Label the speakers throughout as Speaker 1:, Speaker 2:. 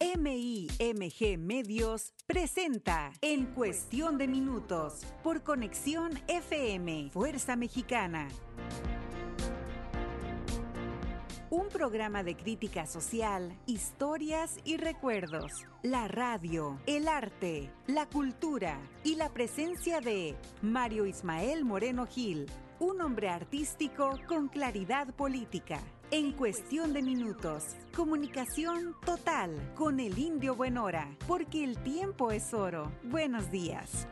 Speaker 1: MIMG Medios presenta En Cuestión de Minutos por Conexión FM, Fuerza Mexicana. Un programa de crítica social, historias y recuerdos. La radio, el arte, la cultura y la presencia de Mario Ismael Moreno Gil, un hombre artístico con claridad política. En Cuestión de Minutos, comunicación total con el Indio Buenora, porque el tiempo es oro. Buenos días.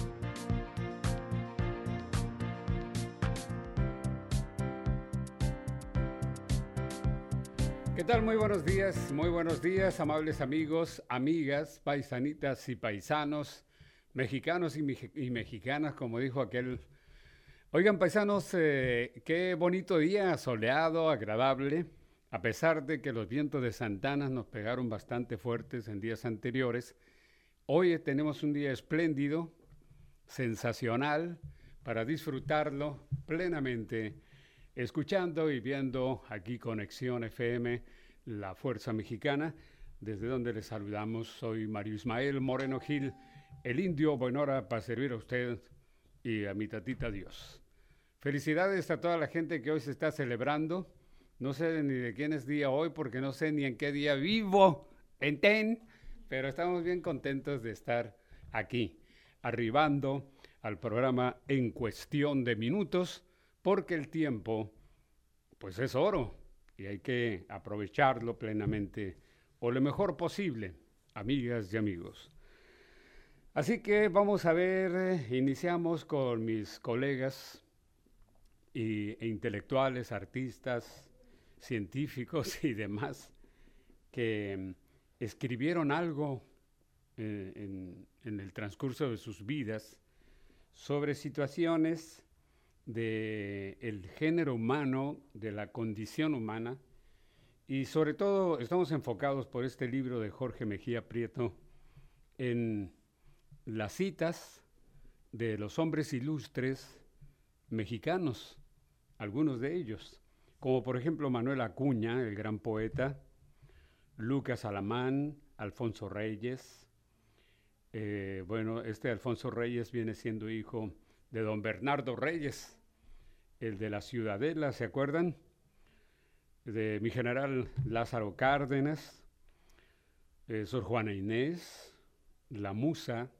Speaker 2: ¿Qué tal? Muy buenos días, amables amigos, amigas, paisanitas y paisanos, mexicanos y mexicanas, como dijo aquel. Oigan, paisanos, qué bonito día, soleado, agradable, a pesar de que los vientos de Santana nos pegaron bastante fuertes en días anteriores. Hoy tenemos un día espléndido, sensacional, para disfrutarlo plenamente, escuchando y viendo aquí Conexión FM, la Fuerza Mexicana, desde donde les saludamos. Soy Mario Ismael Moreno Gil, el Indio Buenora, para servir a usted y a mi tatita Dios. Felicidades a toda la gente que hoy se está celebrando. No sé ni de quién es día hoy, porque no sé ni en qué día vivo, pero estamos bien contentos de estar aquí, arribando al programa En Cuestión de Minutos, porque el tiempo, pues es oro, y hay que aprovecharlo plenamente, o lo mejor posible, amigas y amigos. Así que vamos a ver, iniciamos con mis colegas e intelectuales, artistas, científicos y demás, que escribieron algo en el transcurso de sus vidas sobre situaciones del género humano, de la condición humana, y sobre todo estamos enfocados por este libro de Jorge Mejía Prieto en las citas de los hombres ilustres mexicanos, algunos de ellos, como por ejemplo Manuel Acuña, el gran poeta, Lucas Alamán, Alfonso Reyes. Alfonso Reyes viene siendo hijo de don Bernardo Reyes, el de la Ciudadela, ¿se acuerdan? De mi general Lázaro Cárdenas, Sor Juana Inés, La Musa,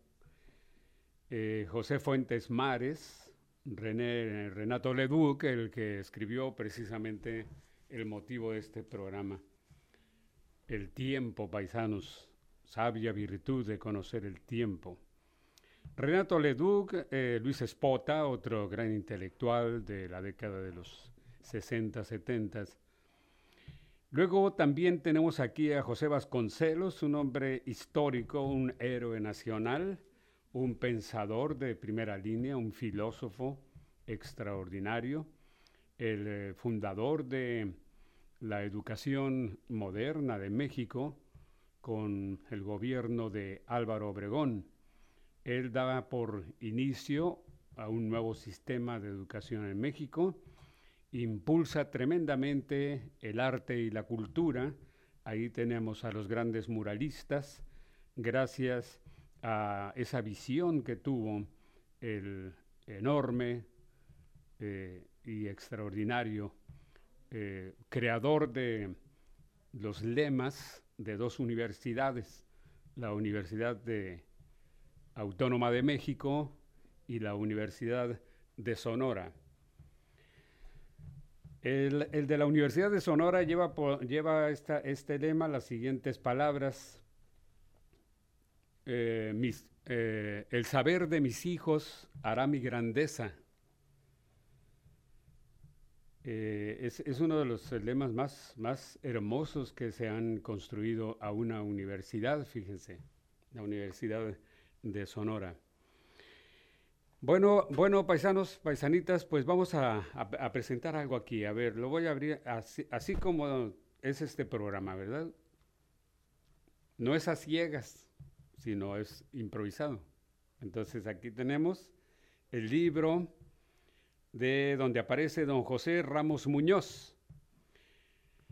Speaker 2: José Fuentes Mares, Renato Leduc, el que escribió precisamente el motivo de este programa. El tiempo, paisanos, sabia virtud de conocer el tiempo. Renato Leduc, Luis Espota, otro gran intelectual de la década de los 60, 70. Luego también tenemos aquí a José Vasconcelos, un hombre histórico, un héroe nacional, un pensador de primera línea, un filósofo extraordinario, el fundador de la educación moderna de México con el gobierno de Álvaro Obregón. Él daba por inicio a un nuevo sistema de educación en México, impulsa tremendamente el arte y la cultura. Ahí tenemos a los grandes muralistas, gracias a esa visión que tuvo el enorme y extraordinario creador de los lemas de dos universidades, la Universidad Autónoma de México y la Universidad de Sonora. El de la Universidad de Sonora lleva este lema, las siguientes palabras: el saber de mis hijos hará mi grandeza. Es uno de los lemas más hermosos que se han construido a una universidad, fíjense, la Universidad de Sonora. Bueno, paisanos, paisanitas, pues vamos a presentar algo aquí. A ver, lo voy a abrir así como es este programa, ¿verdad? No es a ciegas, sino es improvisado. Entonces aquí tenemos el libro de donde aparece don José Ramos Muñoz,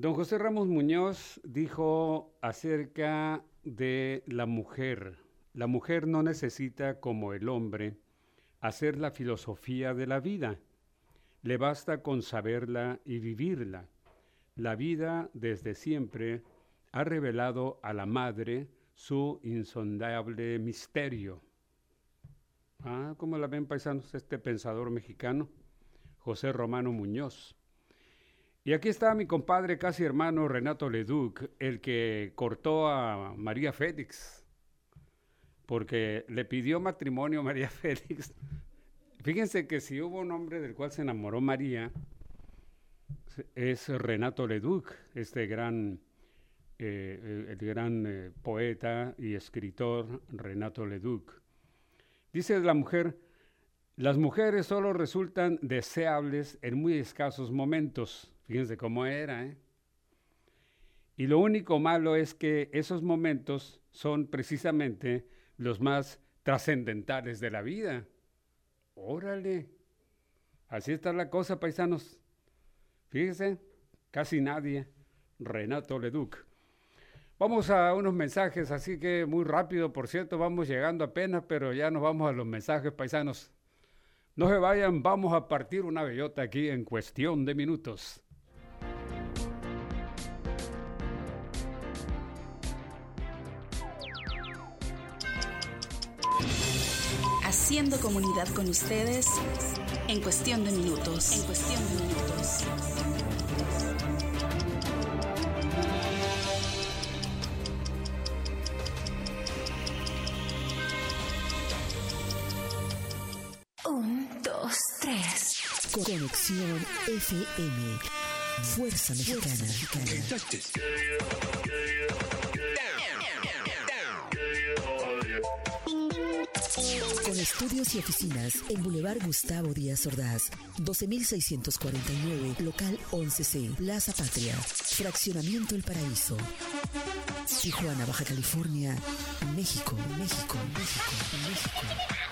Speaker 2: Don José Ramos Muñoz dijo acerca de la mujer. La mujer no necesita, como el hombre, hacer la filosofía de la vida. Le basta con saberla y vivirla. La vida desde siempre ha revelado a la madre su insondable misterio. ¿Cómo la ven, paisanos, este pensador mexicano, José Romano Muñoz? Y aquí está mi compadre, casi hermano, Renato Leduc, el que cortó a María Félix, porque le pidió matrimonio a María Félix. Fíjense que si hubo un hombre del cual se enamoró María, es Renato Leduc, este gran, el gran poeta y escritor Renato Leduc. Dice la mujer: las mujeres solo resultan deseables en muy escasos momentos. Fíjense cómo era, ¿eh? Y lo único malo es que esos momentos son precisamente los más trascendentales de la vida. Órale, así está la cosa, paisanos. Fíjense, casi nadie. Renato Leduc. Vamos a unos mensajes, así que muy rápido, por cierto, vamos llegando apenas, pero ya nos vamos a los mensajes, paisanos. No se vayan, vamos a partir una bellota aquí en cuestión de minutos.
Speaker 3: Haciendo comunidad con ustedes en cuestión de minutos. En cuestión de minutos.
Speaker 4: Un, dos, tres. Conexión FM. Fuerza Mexicana. Con estudios y oficinas en Boulevard Gustavo Díaz Ordaz, 12.649, local 11C, Plaza Patria, Fraccionamiento El Paraíso, Tijuana, Baja California, México, México, México, México.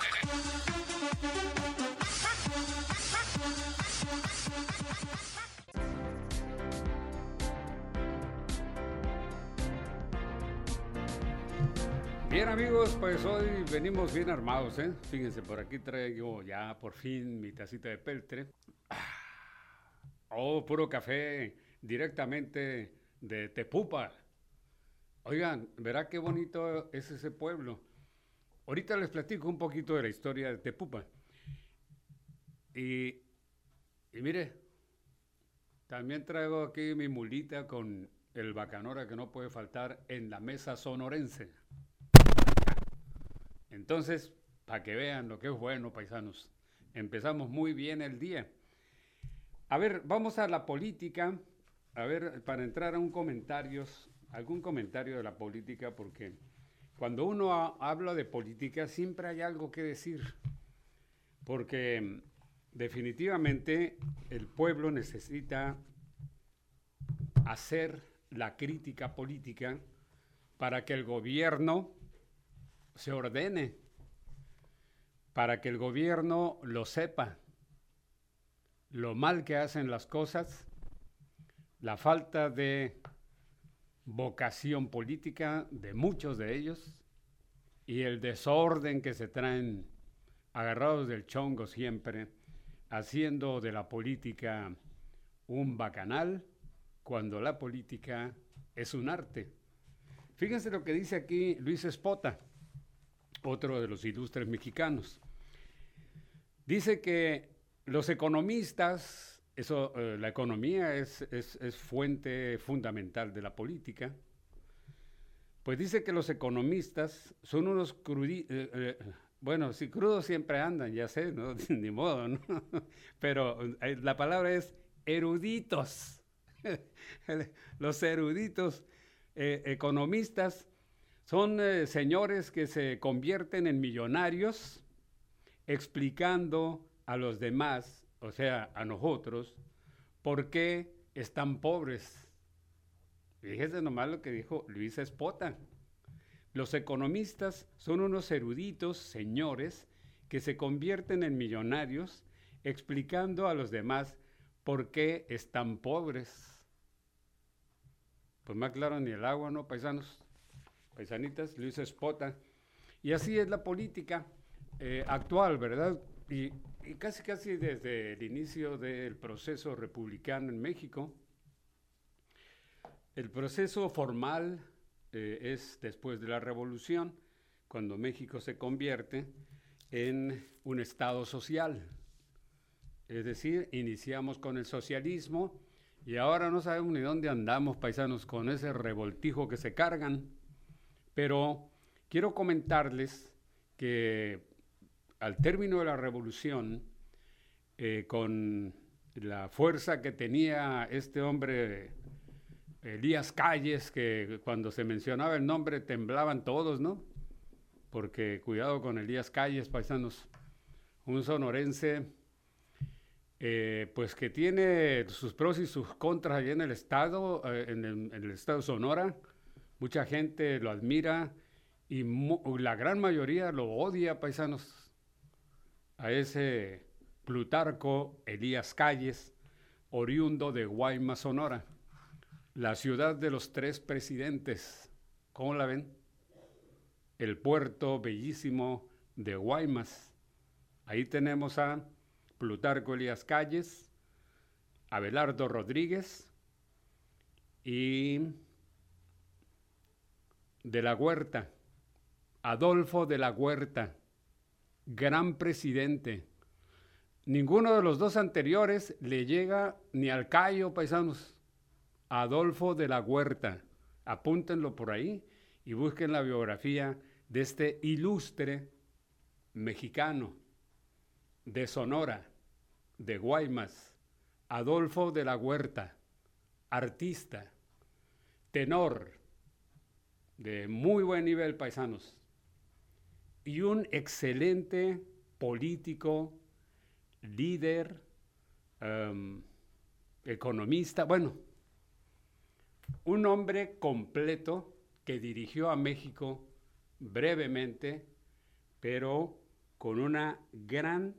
Speaker 2: Bien, amigos, pues hoy venimos bien armados, ¿eh? Fíjense, por aquí traigo ya por fin mi tacita de peltre. Puro café directamente de Tepupa. Oigan, verá qué bonito es ese pueblo. Ahorita les platico un poquito de la historia de Tepupa. Y mire, también traigo aquí mi mulita con el bacanora que no puede faltar en la mesa sonorense. Entonces, para que vean lo que es bueno, paisanos, empezamos muy bien el día. A ver, vamos a la política, a ver, para entrar a algún comentario de la política, porque cuando uno habla de política siempre hay algo que decir, porque definitivamente el pueblo necesita hacer la crítica política para que el gobierno se ordene, para que el gobierno lo sepa, lo mal que hacen las cosas, la falta de vocación política de muchos de ellos y el desorden que se traen agarrados del chongo siempre, haciendo de la política un bacanal, cuando la política es un arte. Fíjense lo que dice aquí Luis Espota, otro de los ilustres mexicanos. Dice que los economistas, la economía es fuente fundamental de la política, pues dice que los economistas son unos bueno, si crudos siempre andan, ya sé, ¿no? Ni modo, ¿no? Pero la palabra es eruditos. Los eruditos economistas son señores que se convierten en millonarios explicando a los demás, o sea, a nosotros, por qué están pobres. Fíjese nomás lo que dijo Luis Espota. Los economistas son unos eruditos señores que se convierten en millonarios explicando a los demás por qué están pobres. Pues más claro ni el agua, ¿no, paisanos? Paisanitas, Luis Espota. Y así es la política actual, ¿verdad? Y casi desde el inicio del proceso republicano en México. El proceso formal es después de la Revolución, cuando México se convierte en un Estado social. Es decir, iniciamos con el socialismo y ahora no sabemos ni dónde andamos, paisanos, con ese revoltijo que se cargan. Pero quiero comentarles que al término de la Revolución, con la fuerza que tenía este hombre, Elías Calles, que cuando se mencionaba el nombre temblaban todos, ¿no? Porque cuidado con Elías Calles, paisanos, un sonorense, pues que tiene sus pros y sus contras allá en el estado, en el estado de Sonora. Mucha gente lo admira y la gran mayoría lo odia, paisanos, a ese Plutarco Elías Calles, oriundo de Guaymas, Sonora, la ciudad de los 3 presidentes. ¿Cómo la ven? El puerto bellísimo de Guaymas. Ahí tenemos a Plutarco Elías Calles, Abelardo Rodríguez y de la Huerta, Adolfo de la Huerta, gran presidente. Ninguno de los 2 anteriores le llega ni al callo, paisanos. Adolfo de la Huerta, apúntenlo por ahí y busquen la biografía de este ilustre mexicano de Sonora, de Guaymas, Adolfo de la Huerta, artista, tenor, de muy buen nivel, paisanos, y un excelente político, líder, economista, bueno, un hombre completo que dirigió a México brevemente, pero con una gran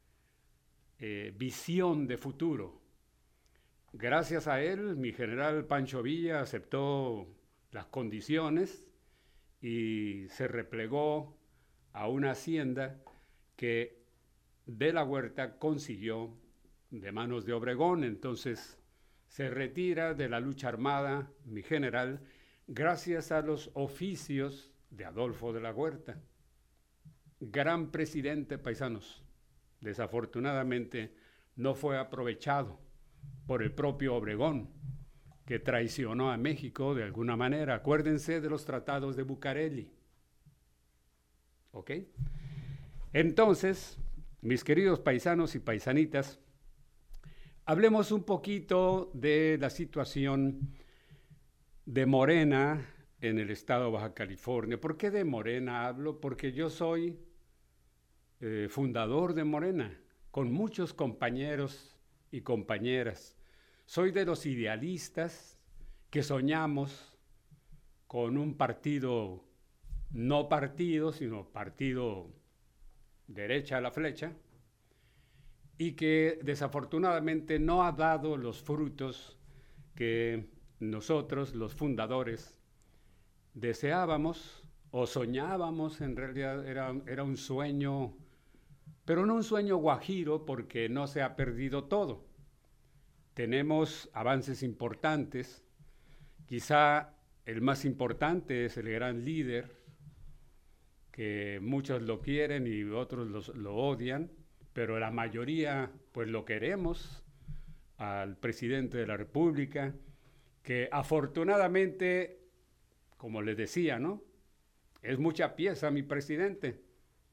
Speaker 2: visión de futuro. Gracias a él, mi general Pancho Villa aceptó las condiciones y se replegó a una hacienda que de la Huerta consiguió de manos de Obregón. Entonces se retira de la lucha armada, mi general, gracias a los oficios de Adolfo de la Huerta. Gran presidente, paisanos. Desafortunadamente no fue aprovechado por el propio Obregón, que traicionó a México de alguna manera. Acuérdense de los tratados de Bucareli. ¿Ok? Entonces, mis queridos paisanos y paisanitas, hablemos un poquito de la situación de Morena en el estado de Baja California. ¿Por qué de Morena hablo? Porque yo soy fundador de Morena, con muchos compañeros y compañeras. Soy de los idealistas que soñamos con un partido, no partido, sino partido derecha a la flecha, y que desafortunadamente no ha dado los frutos que nosotros, los fundadores, deseábamos o soñábamos. En realidad era un sueño, pero no un sueño guajiro, porque no se ha perdido todo. Tenemos avances importantes. Quizá el más importante es el gran líder, que muchos lo quieren y otros lo odian, pero la mayoría pues lo queremos, al presidente de la República, que afortunadamente, como les decía, ¿no? Es mucha pieza mi presidente.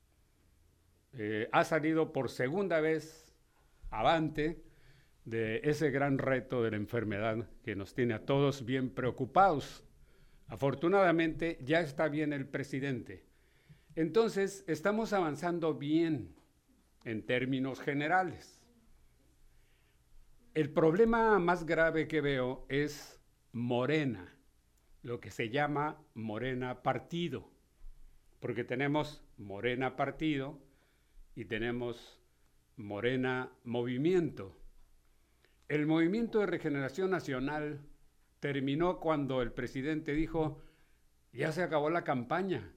Speaker 2: Ha salido por segunda vez avante de ese gran reto de la enfermedad que nos tiene a todos bien preocupados. Afortunadamente ya está bien el presidente. Entonces estamos avanzando bien en términos generales. El problema más grave que veo es Morena, lo que se llama Morena Partido, porque tenemos Morena Partido y tenemos Morena Movimiento. El Movimiento de Regeneración Nacional terminó cuando el presidente dijo, ya se acabó la campaña.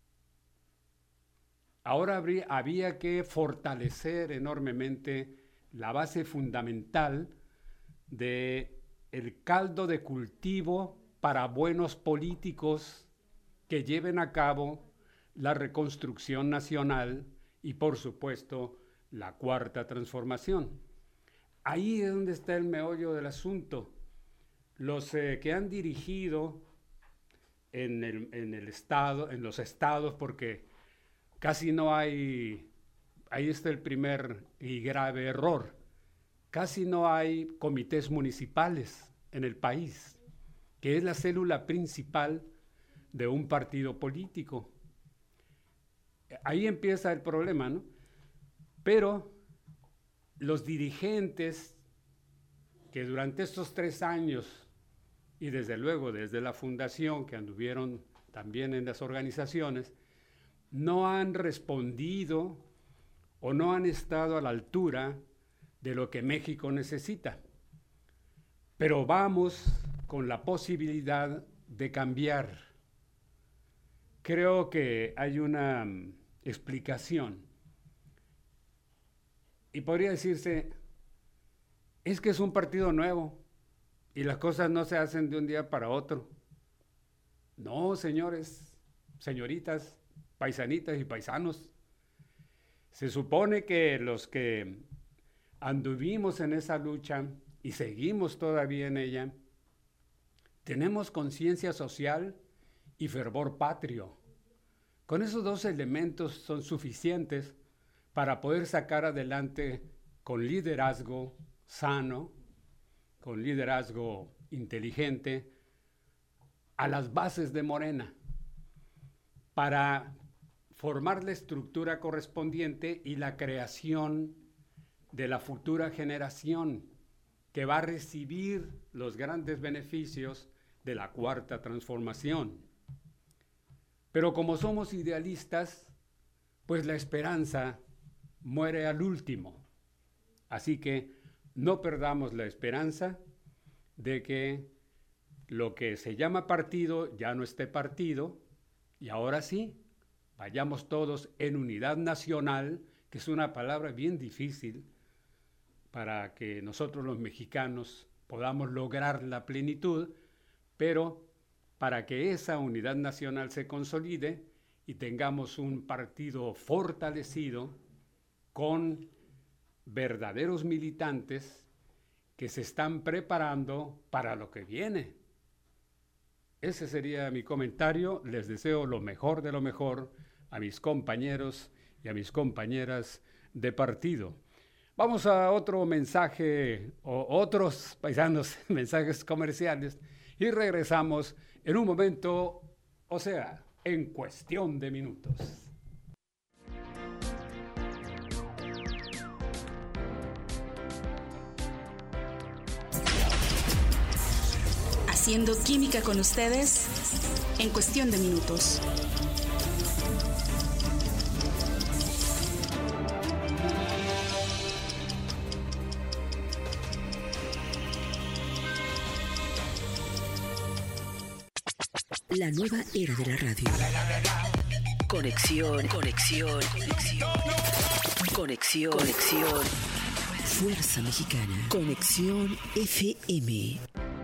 Speaker 2: Ahora había que fortalecer enormemente la base fundamental del caldo de cultivo para buenos políticos que lleven a cabo la reconstrucción nacional y, por supuesto, la cuarta transformación. Ahí es donde está el meollo del asunto. Los que han dirigido en el Estado, en los estados, porque casi no hay, ahí está el primer y grave error, casi no hay comités municipales en el país, que es la célula principal de un partido político. Ahí empieza el problema, ¿no? Pero los dirigentes que durante estos 3 años, y desde luego desde la fundación, que anduvieron también en las organizaciones, no han respondido o no han estado a la altura de lo que México necesita. Pero vamos con la posibilidad de cambiar. Creo que hay una explicación. Y podría decirse, es que es un partido nuevo y las cosas no se hacen de un día para otro. No, señores, señoritas, paisanitas y paisanos. Se supone que los que anduvimos en esa lucha y seguimos todavía en ella, tenemos conciencia social y fervor patrio. Con esos 2 elementos son suficientes para poder sacar adelante con liderazgo sano, con liderazgo inteligente, a las bases de Morena, para formar la estructura correspondiente y la creación de la futura generación que va a recibir los grandes beneficios de la cuarta transformación. Pero como somos idealistas, pues la esperanza muere al último. Así que no perdamos la esperanza de que lo que se llama partido ya no esté partido, y ahora sí, vayamos todos en unidad nacional, que es una palabra bien difícil para que nosotros los mexicanos podamos lograr la plenitud, pero para que esa unidad nacional se consolide y tengamos un partido fortalecido con verdaderos militantes que se están preparando para lo que viene. Ese sería mi comentario. Les deseo lo mejor de lo mejor a mis compañeros y a mis compañeras de partido. Vamos a otro mensaje, o otros paisanos, mensajes comerciales, y regresamos en un momento, o sea, en cuestión de minutos.
Speaker 3: Haciendo química con ustedes en cuestión de minutos.
Speaker 4: La nueva era de la radio. Conexión, conexión, conexión. Conexión, conexión. Fuerza Mexicana. Conexión FM.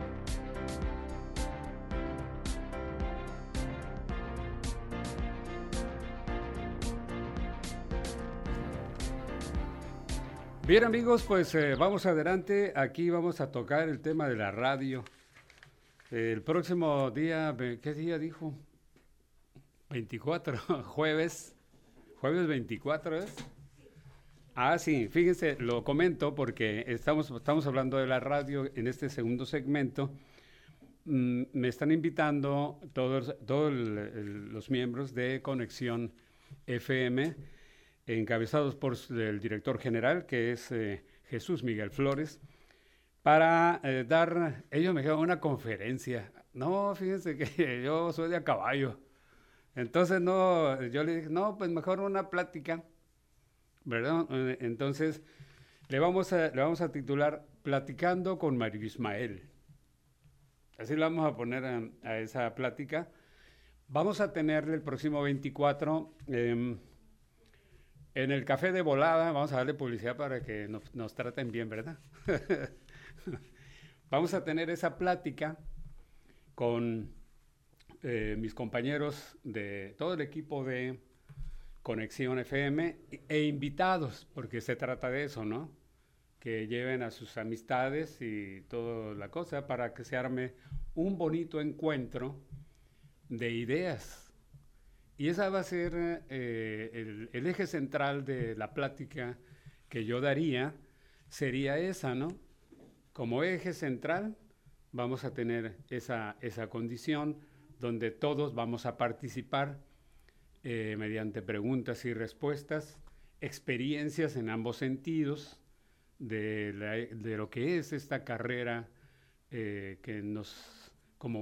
Speaker 2: Bien, amigos, pues vamos adelante. Aquí vamos a tocar el tema de la radio. El próximo día, ¿qué día dijo? 24, jueves 24, ¿es? Ah, sí, fíjense, lo comento porque estamos hablando de la radio en este segundo segmento. Me están invitando todos los miembros de Conexión FM, encabezados por el director general, que es Jesús Miguel Flores, para ellos me dijeron una conferencia. No, fíjense que yo soy de a caballo. Entonces, yo le dije, no, pues mejor una plática, ¿verdad? Entonces, le vamos a titular Platicando con Mario Ismael. Así le vamos a poner a esa plática. Vamos a tenerle el próximo 24 en el Café de Volada. Vamos a darle publicidad para que nos traten bien, ¿verdad? Vamos a tener esa plática con mis compañeros de todo el equipo de Conexión FM e invitados, porque se trata de eso, ¿no? Que lleven a sus amistades y toda la cosa para que se arme un bonito encuentro de ideas. Y esa va a ser el eje central de la plática que yo daría, sería esa, ¿no? Como eje central vamos a tener esa condición donde todos vamos a participar mediante preguntas y respuestas, experiencias en ambos sentidos de lo que es esta carrera que nos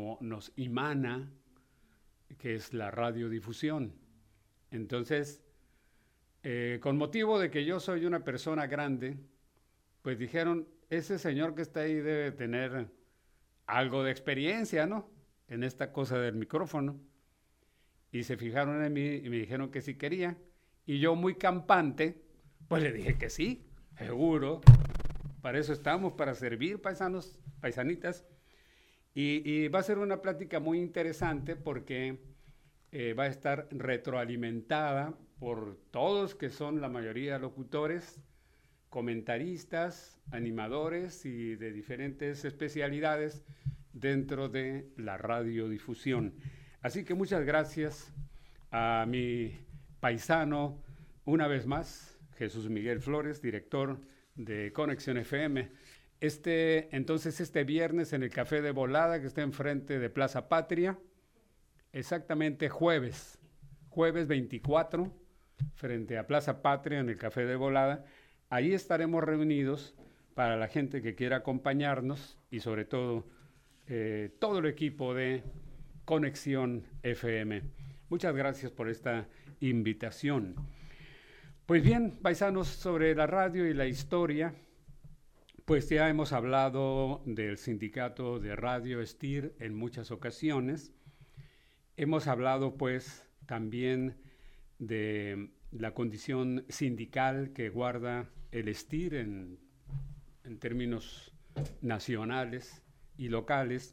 Speaker 2: imana, que es la radiodifusión. Entonces, con motivo de que yo soy una persona grande, pues dijeron, ese señor que está ahí debe tener algo de experiencia, ¿no? En esta cosa del micrófono. Y se fijaron en mí y me dijeron que sí quería. Y yo, muy campante, pues le dije que sí, seguro. Para eso estamos, para servir, paisanos, paisanitas. Y va a ser una plática muy interesante porque va a estar retroalimentada por todos, que son la mayoría locutores, comentaristas, animadores y de diferentes especialidades dentro de la radiodifusión. Así que muchas gracias a mi paisano, una vez más, Jesús Miguel Flores, director de Conexión FM. Entonces este viernes en el Café de Volada, que está enfrente de Plaza Patria, exactamente jueves 24, frente a Plaza Patria en el Café de Volada. Ahí estaremos reunidos para la gente que quiera acompañarnos y sobre todo todo el equipo de Conexión FM. Muchas gracias por esta invitación. Pues bien, paisanos, sobre la radio y la historia, pues ya hemos hablado del sindicato de Radio STIR en muchas ocasiones. Hemos hablado pues también de la condición sindical que guarda el STIR en términos nacionales y locales,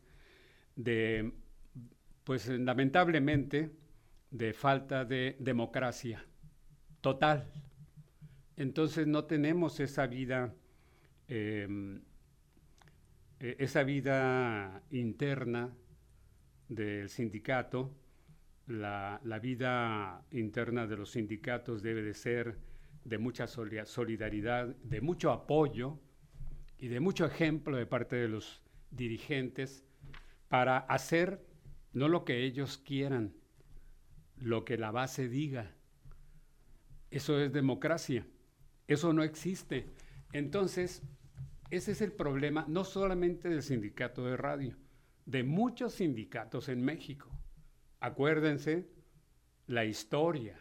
Speaker 2: pues lamentablemente, de falta de democracia total. Entonces no tenemos esa vida interna del sindicato. La vida interna de los sindicatos debe de ser de mucha solidaridad, de mucho apoyo y de mucho ejemplo de parte de los dirigentes para hacer no lo que ellos quieran, lo que la base diga. Eso es democracia. Eso no existe. Entonces, ese es el problema, no solamente del sindicato de radio, de muchos sindicatos en México. Acuérdense, la historia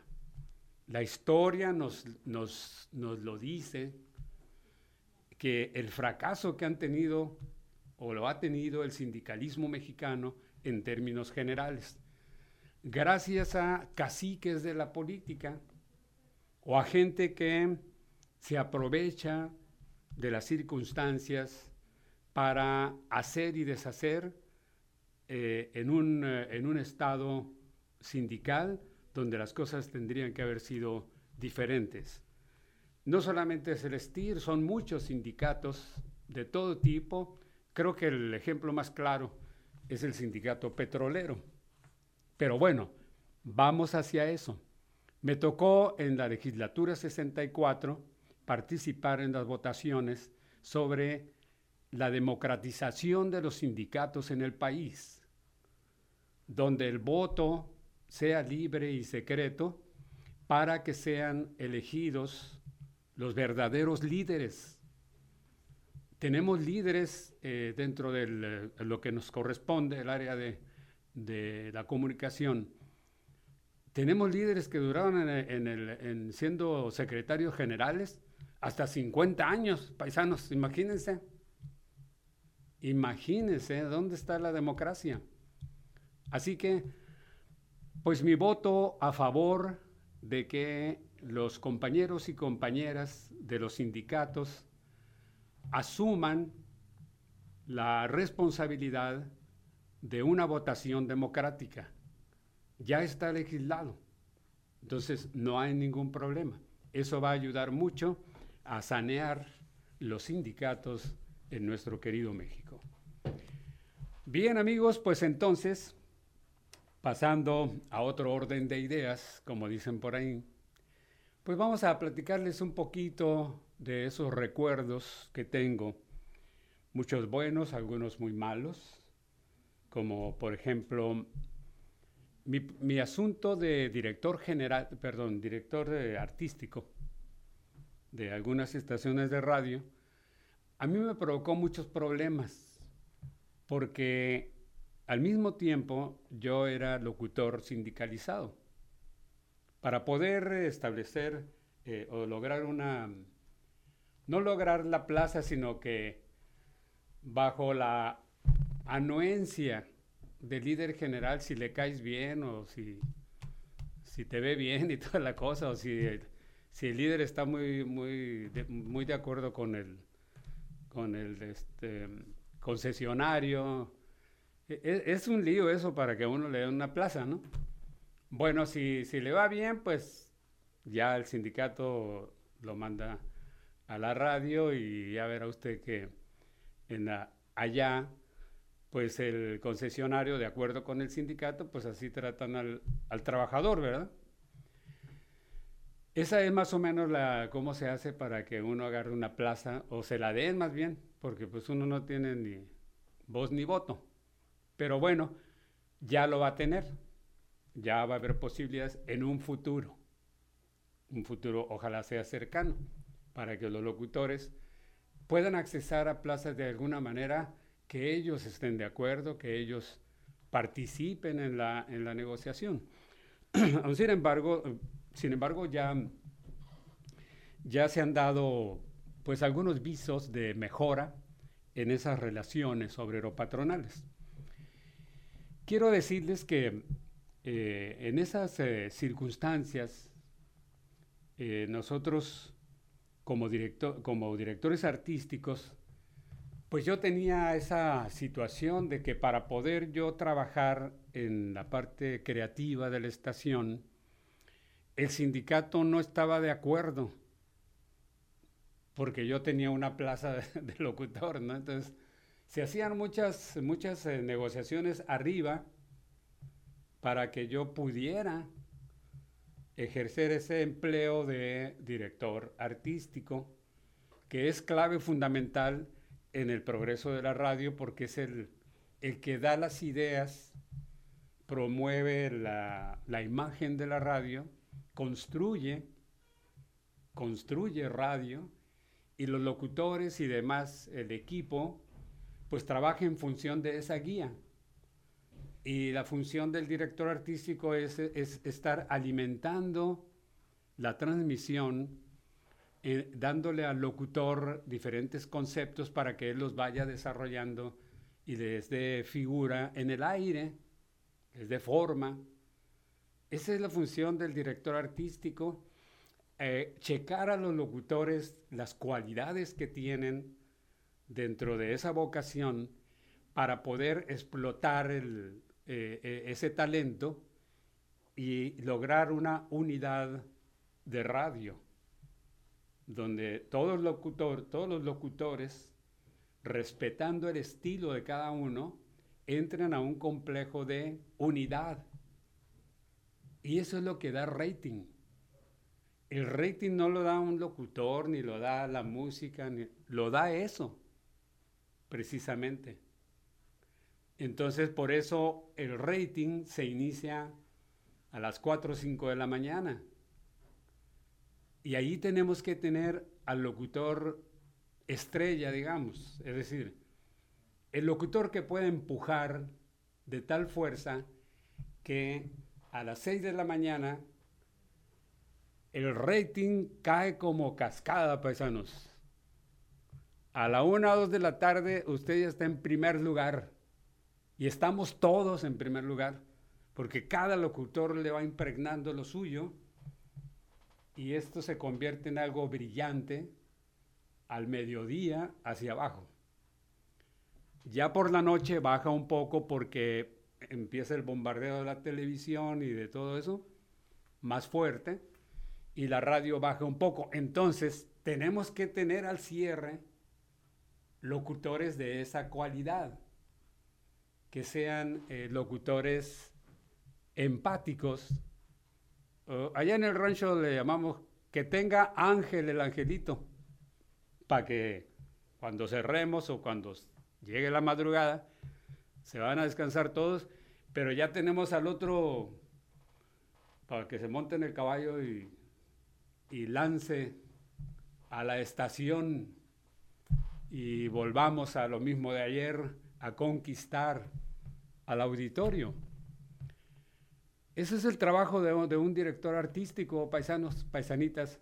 Speaker 2: nos lo dice, que el fracaso que han tenido o lo ha tenido el sindicalismo mexicano en términos generales, gracias a caciques de la política o a gente que se aprovecha de las circunstancias para hacer y deshacer en un estado sindical donde las cosas tendrían que haber sido diferentes. No solamente es el STIR, son muchos sindicatos de todo tipo. Creo que el ejemplo más claro es el sindicato petrolero. Pero bueno, vamos hacia eso. Me tocó en la legislatura 64 participar en las votaciones sobre la democratización de los sindicatos en el país, donde el voto sea libre y secreto para que sean elegidos los verdaderos líderes. Tenemos líderes dentro de lo que nos corresponde, el área de la comunicación. Tenemos líderes que duraron en siendo secretarios generales hasta 50 años, paisanos, imagínense. Imagínense, ¿dónde está la democracia? Así que, pues mi voto a favor de que los compañeros y compañeras de los sindicatos asuman la responsabilidad de una votación democrática. Ya está legislado, entonces no hay ningún problema. Eso va a ayudar mucho a sanear los sindicatos en nuestro querido México. Bien, amigos, pues entonces, pasando a otro orden de ideas, como dicen por ahí, pues vamos a platicarles un poquito de esos recuerdos que tengo, muchos buenos, algunos muy malos, como por ejemplo mi asunto de director artístico de algunas estaciones de radio. A mí me provocó muchos problemas porque al mismo tiempo yo era locutor sindicalizado. Para poder establecer o lograr no lograr la plaza, sino que bajo la anuencia del líder general, si le caes bien o si te ve bien y toda la cosa, o si el líder está muy de acuerdo con el concesionario. Es un lío eso para que uno le dé una plaza, ¿no? Bueno, si le va bien, pues ya el sindicato lo manda a la radio y ya verá usted que allá, pues el concesionario, de acuerdo con el sindicato, pues así tratan al trabajador, ¿verdad? Esa es más o menos cómo se hace para que uno agarre una plaza, o se la den más bien, porque pues uno no tiene ni voz ni voto. Pero bueno, ya lo va a tener. Ya va a haber posibilidades en un futuro ojalá sea cercano, para que los locutores puedan accesar a plazas de alguna manera que ellos estén de acuerdo, que ellos participen en la negociación. Sin embargo, ya se han dado pues algunos visos de mejora en esas relaciones obrero-patronales. Quiero decirles que en esas circunstancias, nosotros como directores artísticos, pues yo tenía esa situación de que para poder yo trabajar en la parte creativa de la estación, el sindicato no estaba de acuerdo, porque yo tenía una plaza de locutor, ¿no? Entonces, se hacían muchas negociaciones arriba para que yo pudiera ejercer ese empleo de director artístico, que es clave fundamental en el progreso de la radio, porque es el que da las ideas, promueve la imagen de la radio, construye radio, y los locutores y demás, el equipo, pues trabaja en función de esa guía. Y la función del director artístico es estar alimentando la transmisión, dándole al locutor diferentes conceptos para que él los vaya desarrollando y les dé figura en el aire, les dé forma. Esa es la función del director artístico, checar a los locutores las cualidades que tienen dentro de esa vocación para poder explotar ese talento y lograr una unidad de radio donde todos los locutores, respetando el estilo de cada uno, entran a un complejo de unidad. Y eso es lo que da rating. El rating no lo da un locutor, ni lo da la música, lo da eso, precisamente. Entonces, por eso el rating se inicia a las 4 o 5 de la mañana. Y ahí tenemos que tener al locutor estrella, digamos. Es decir, el locutor que puede empujar de tal fuerza que a las 6 de la mañana el rating cae como cascada, paisanos. a la 1 o 2 de la tarde usted ya está en primer lugar. Y estamos todos en primer lugar, porque cada locutor le va impregnando lo suyo y esto se convierte en algo brillante al mediodía hacia abajo. Ya por la noche baja un poco porque empieza el bombardeo de la televisión y de todo eso, más fuerte, y la radio baja un poco. Entonces, tenemos que tener al cierre locutores de esa cualidad, que sean locutores empáticos. Allá en el rancho le llamamos que tenga ángel el angelito, para que cuando cerremos o cuando llegue la madrugada se van a descansar todos, pero ya tenemos al otro para que se monte en el caballo y lance a la estación y volvamos a lo mismo de ayer, a conquistar al auditorio. Ese es el trabajo de un director artístico, paisanos, paisanitas.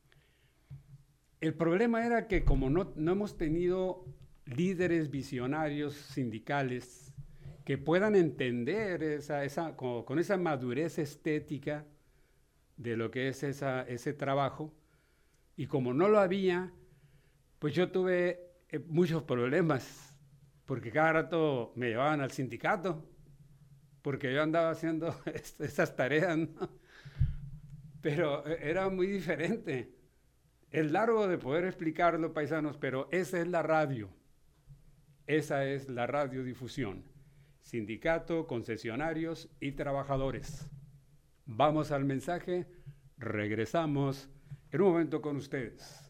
Speaker 2: El problema era que como no hemos tenido líderes visionarios sindicales que puedan entender con esa madurez estética de lo que es ese trabajo, y como no lo había, pues yo tuve muchos problemas, porque cada rato me llevaban al sindicato, porque yo andaba haciendo esas tareas, ¿no? Pero era muy diferente. Es largo de poder explicarlo, paisanos, pero esa es la radio. Esa es la radiodifusión. Sindicato, concesionarios y trabajadores. Vamos al mensaje, regresamos en un momento con ustedes.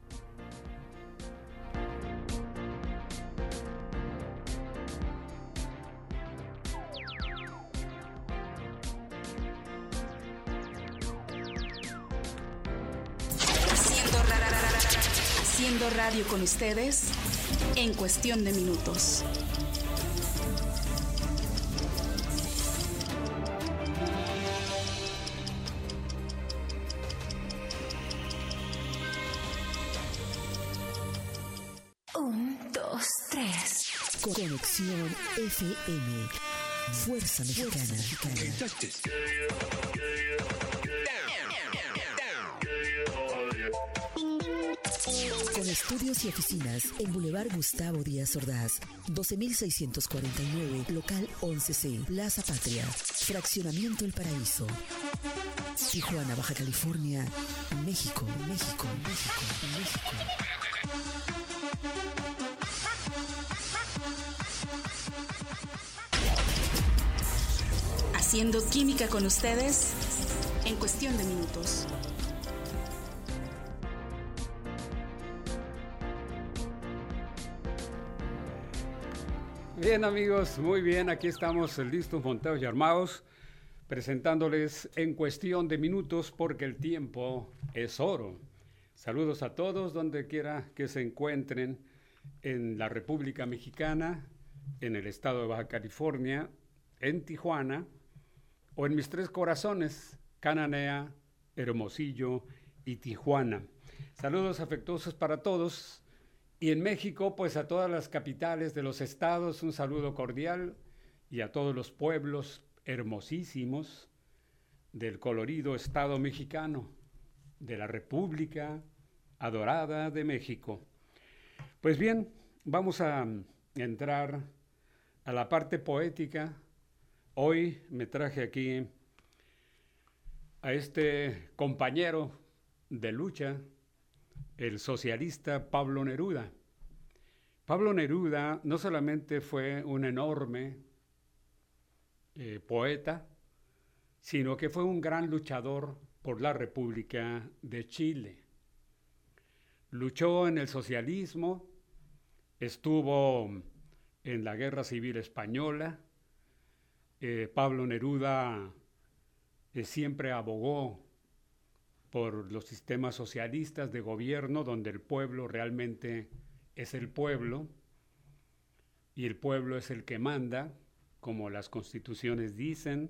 Speaker 3: Haciendo radio con ustedes en cuestión de minutos.
Speaker 4: Un, dos, tres. Conexión FM. Fuerza Mexicana. Con estudios y oficinas en Boulevard Gustavo Díaz Ordaz, 12.649, local 11C, Plaza Patria, Fraccionamiento El Paraíso. Tijuana, Baja California, México.
Speaker 3: Haciendo química con ustedes en cuestión de minutos.
Speaker 2: Bien, amigos, muy bien, aquí estamos listos, montados y armados, presentándoles en cuestión de minutos porque el tiempo es oro. Saludos a todos donde quiera que se encuentren en la República Mexicana, en el estado de Baja California, en Tijuana o en mis tres corazones, Cananea, Hermosillo y Tijuana. Saludos afectuosos para todos. Y en México, pues a todas las capitales de los estados, un saludo cordial, y a todos los pueblos hermosísimos del colorido estado mexicano, de la República adorada de México. Pues bien, vamos a entrar a la parte poética. Hoy me traje aquí a este compañero de lucha, el socialista Pablo Neruda. Pablo Neruda no solamente fue un enorme poeta, sino que fue un gran luchador por la República de Chile. Luchó en el socialismo, estuvo en la Guerra Civil Española. Pablo Neruda siempre abogó por los sistemas socialistas de gobierno donde el pueblo realmente es el pueblo y el pueblo es el que manda, como las constituciones dicen.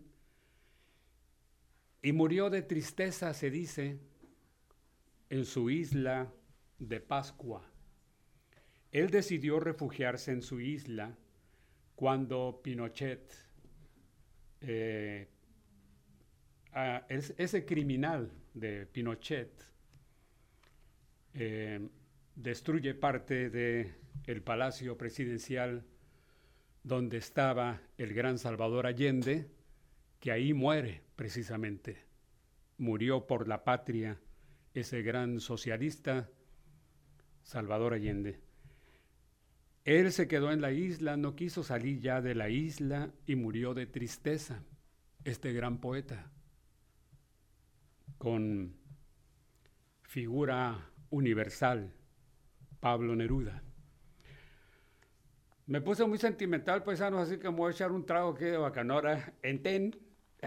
Speaker 2: Y murió de tristeza, se dice, en su isla de Pascua. Él decidió refugiarse en su isla cuando Pinochet, ese criminal de Pinochet, destruye parte del palacio presidencial donde estaba el gran Salvador Allende, que ahí muere precisamente. Murió por la patria ese gran socialista Salvador Allende. Él se quedó en la isla, no quiso salir ya de la isla y murió de tristeza, este gran poeta, con figura universal, Pablo Neruda. Me puse muy sentimental, paisanos, así que me voy a echar un trago aquí de bacanora en ten.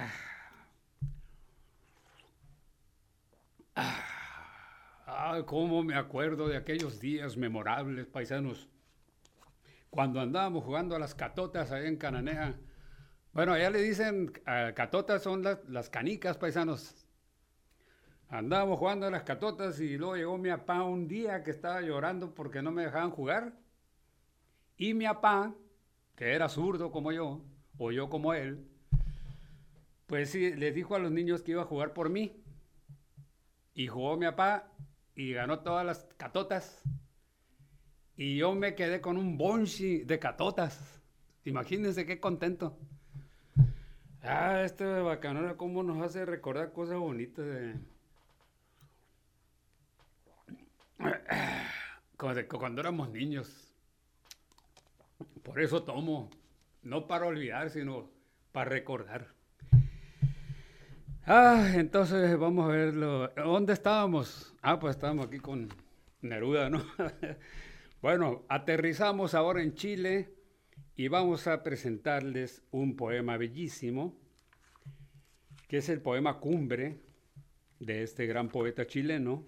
Speaker 2: Cómo me acuerdo de aquellos días memorables, paisanos, cuando andábamos jugando a las catotas allá en Cananea. Bueno, allá le dicen, catotas son las canicas, paisanos. Andábamos jugando a las catotas y luego llegó mi papá un día que estaba llorando porque no me dejaban jugar. Y mi papá, que era zurdo como yo, o yo como él, pues sí, les dijo a los niños que iba a jugar por mí. Y jugó mi papá y ganó todas las catotas. Y yo me quedé con un bonchi de catotas. Imagínense qué contento. Este de bacanora, cómo nos hace recordar cosas bonitas cuando éramos niños. Por eso tomo, no para olvidar, sino para recordar. Entonces vamos a verlo. ¿Dónde estábamos? Pues estábamos aquí con Neruda, ¿no? Bueno, aterrizamos ahora en Chile y vamos a presentarles un poema bellísimo, que es el poema Cumbre de este gran poeta chileno.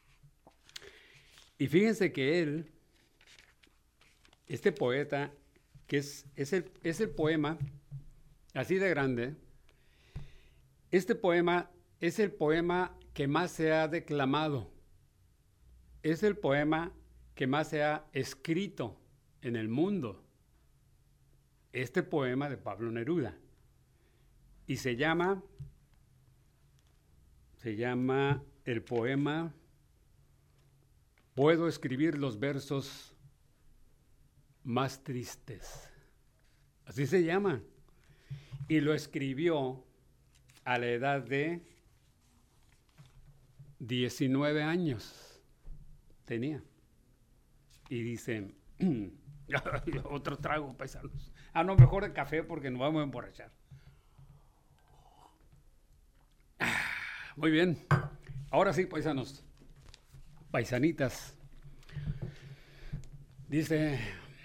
Speaker 2: Y fíjense que este poeta, que es el poema, así de grande, este poema es el poema que más se ha declamado, es el poema que más se ha escrito en el mundo, este poema de Pablo Neruda, y se llama el poema Puedo escribir los versos más tristes, así se llama, y lo escribió a la edad de 19 años tenía. Y dice, otro trago, paisanos. No, mejor de café porque nos vamos a emborrachar. Muy bien. Ahora sí, paisanos, paisanitas. Dice,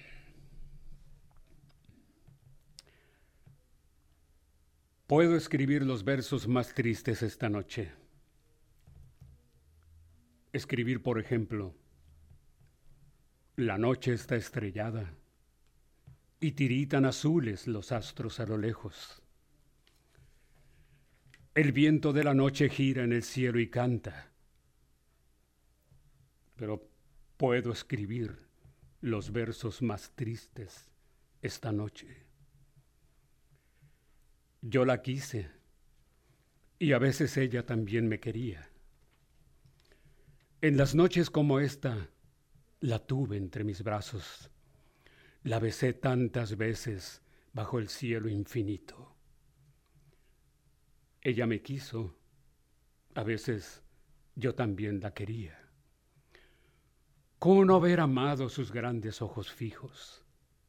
Speaker 2: puedo escribir los versos más tristes esta noche. Escribir, por ejemplo, la noche está estrellada y tiritan azules los astros a lo lejos. El viento de la noche gira en el cielo y canta. Pero puedo escribir los versos más tristes esta noche. Yo la quise y a veces ella también me quería. En las noches como esta, la tuve entre mis brazos, la besé tantas veces bajo el cielo infinito. Ella me quiso, a veces yo también la quería. ¿Cómo no haber amado sus grandes ojos fijos?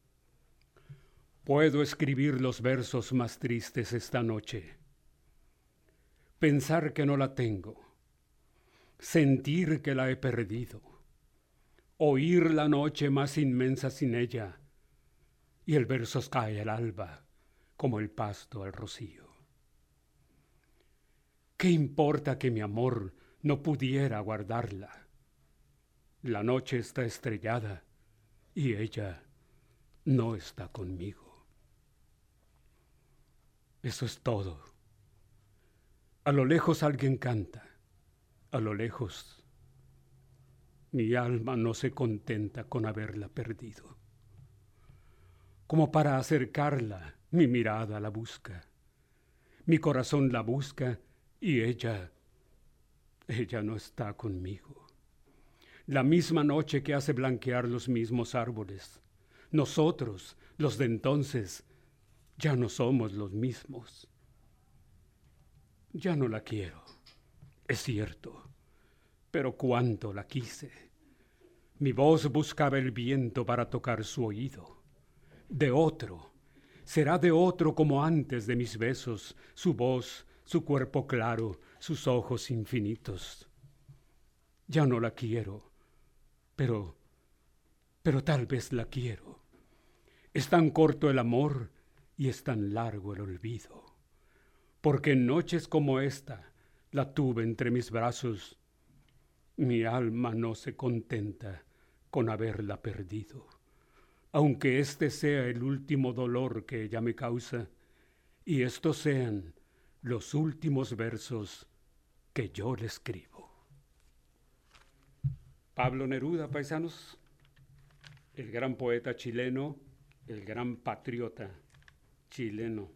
Speaker 2: Puedo escribir los versos más tristes esta noche. Pensar que no la tengo, sentir que la he perdido, oír la noche más inmensa sin ella, y el verso cae al alba como el pasto al rocío. ¿Qué importa que mi amor no pudiera guardarla? La noche está estrellada y ella no está conmigo. Eso es todo. A lo lejos alguien canta, a lo lejos Mi alma no se contenta con haberla perdido. Como para acercarla, mi mirada la busca. Mi corazón la busca y ella no está conmigo. La misma noche que hace blanquear los mismos árboles. Nosotros, los de entonces, ya no somos los mismos. Ya no la quiero, es cierto, pero cuánto la quise. Mi voz buscaba el viento para tocar su oído. De otro, será de otro como antes de mis besos, su voz, su cuerpo claro, sus ojos infinitos. Ya no la quiero, pero tal vez la quiero. Es tan corto el amor y es tan largo el olvido. Porque en noches como esta la tuve entre mis brazos. Mi alma no se contenta con haberla perdido, aunque este sea el último dolor que ella me causa, y estos sean los últimos versos que yo le escribo. Pablo Neruda, paisanos, el gran poeta chileno, el gran patriota chileno.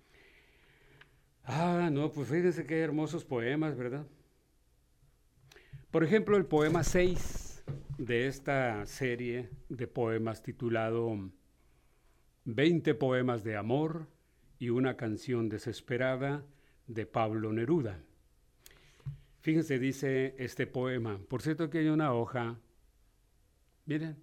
Speaker 2: No, pues fíjense qué hermosos poemas, ¿verdad? Por ejemplo, el poema 6 de esta serie de poemas titulado 20 poemas de amor y una canción desesperada de Pablo Neruda. Fíjense, dice este poema. Por cierto que hay una hoja, miren,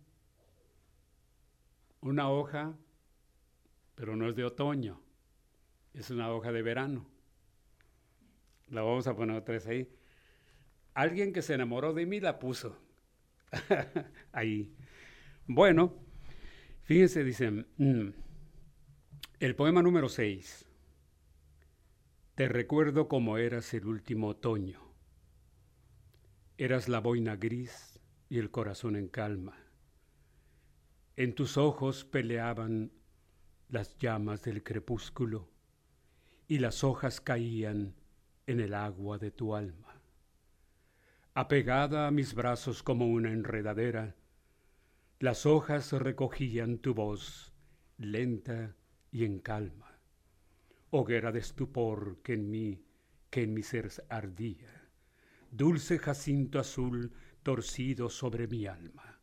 Speaker 2: una hoja, pero no es de otoño, es una hoja de verano. La vamos a poner otra vez ahí. Alguien que se enamoró de mí la puso ahí. Bueno, fíjense, dicen, el poema número 6. Te recuerdo como eras el último otoño. Eras la boina gris y el corazón en calma. En tus ojos peleaban las llamas del crepúsculo y las hojas caían en el agua de tu alma. Apegada a mis brazos como una enredadera, las hojas recogían tu voz, lenta y en calma, hoguera de estupor que en mi ser ardía, dulce jacinto azul torcido sobre mi alma.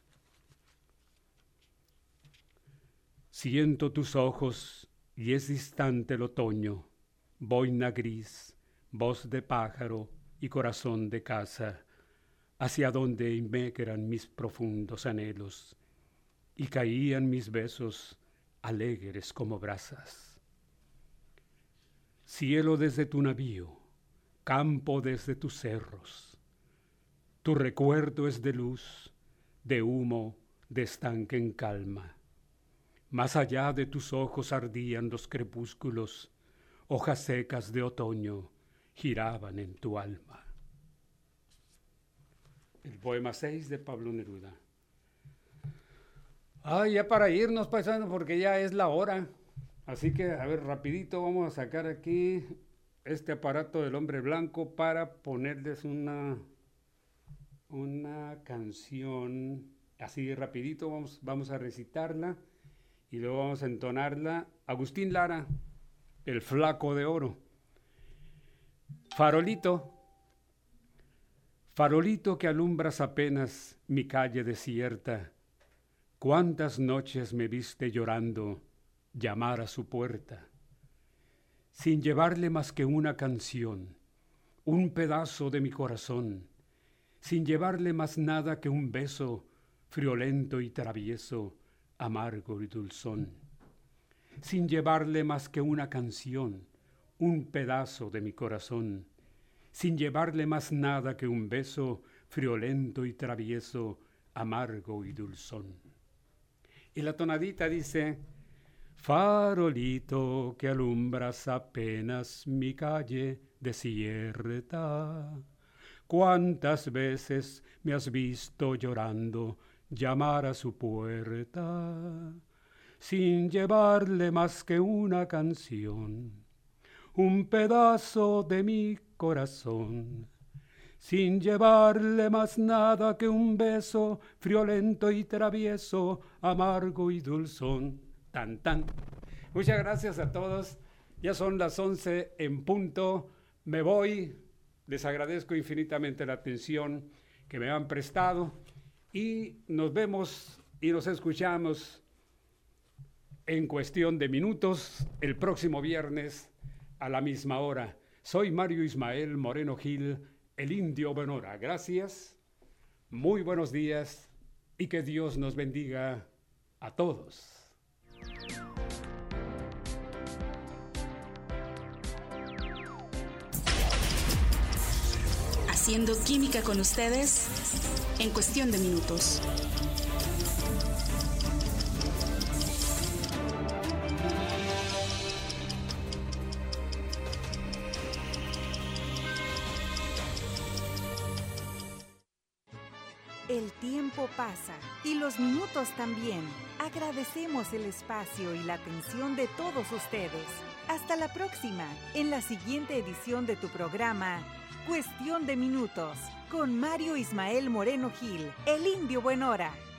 Speaker 2: Siento tus ojos y es distante el otoño, boina gris, voz de pájaro y corazón de casa, hacia donde emigran mis profundos anhelos, y caían mis besos alegres como brasas. Cielo desde tu navío, campo desde tus cerros, tu recuerdo es de luz, de humo, de estanque en calma. Más allá de tus ojos ardían los crepúsculos, hojas secas de otoño giraban en tu alma. El poema 6 de Pablo Neruda. Ya para irnos, paisanos, porque ya es la hora. Así que, a ver, rapidito vamos a sacar aquí este aparato del hombre blanco para ponerles una canción. Así rapidito vamos a recitarla y luego vamos a entonarla. Agustín Lara, El Flaco de Oro. Farolito, farolito que alumbras apenas mi calle desierta, cuántas noches me viste llorando llamar a su puerta, sin llevarle más que una canción, un pedazo de mi corazón, sin llevarle más nada que un beso friolento y travieso, amargo y dulzón, sin llevarle más que una canción, un pedazo de mi corazón, sin llevarle más nada que un beso friolento y travieso, amargo y dulzón. Y la tonadita dice, farolito que alumbras apenas mi calle desierta, cuántas veces me has visto llorando llamar a su puerta, sin llevarle más que una canción, un pedazo de mi corazón, sin llevarle más nada que un beso, friolento y travieso, amargo y dulzón. Tan, tan. Muchas gracias a todos. Ya son las 11 en punto. Me voy. Les agradezco infinitamente la atención que me han prestado y nos vemos y nos escuchamos en cuestión de minutos el próximo viernes a la misma hora. Soy Mario Ismael Moreno Gil, el Indio Buenora. Gracias, muy buenos días y que Dios nos bendiga a todos.
Speaker 3: Haciendo química con ustedes en cuestión de minutos.
Speaker 1: El tiempo pasa y los minutos también. Agradecemos el espacio y la atención de todos ustedes. Hasta la próxima, en la siguiente edición de tu programa Cuestión de Minutos, con Mario Ismael Moreno Gil, el Indio Buenora.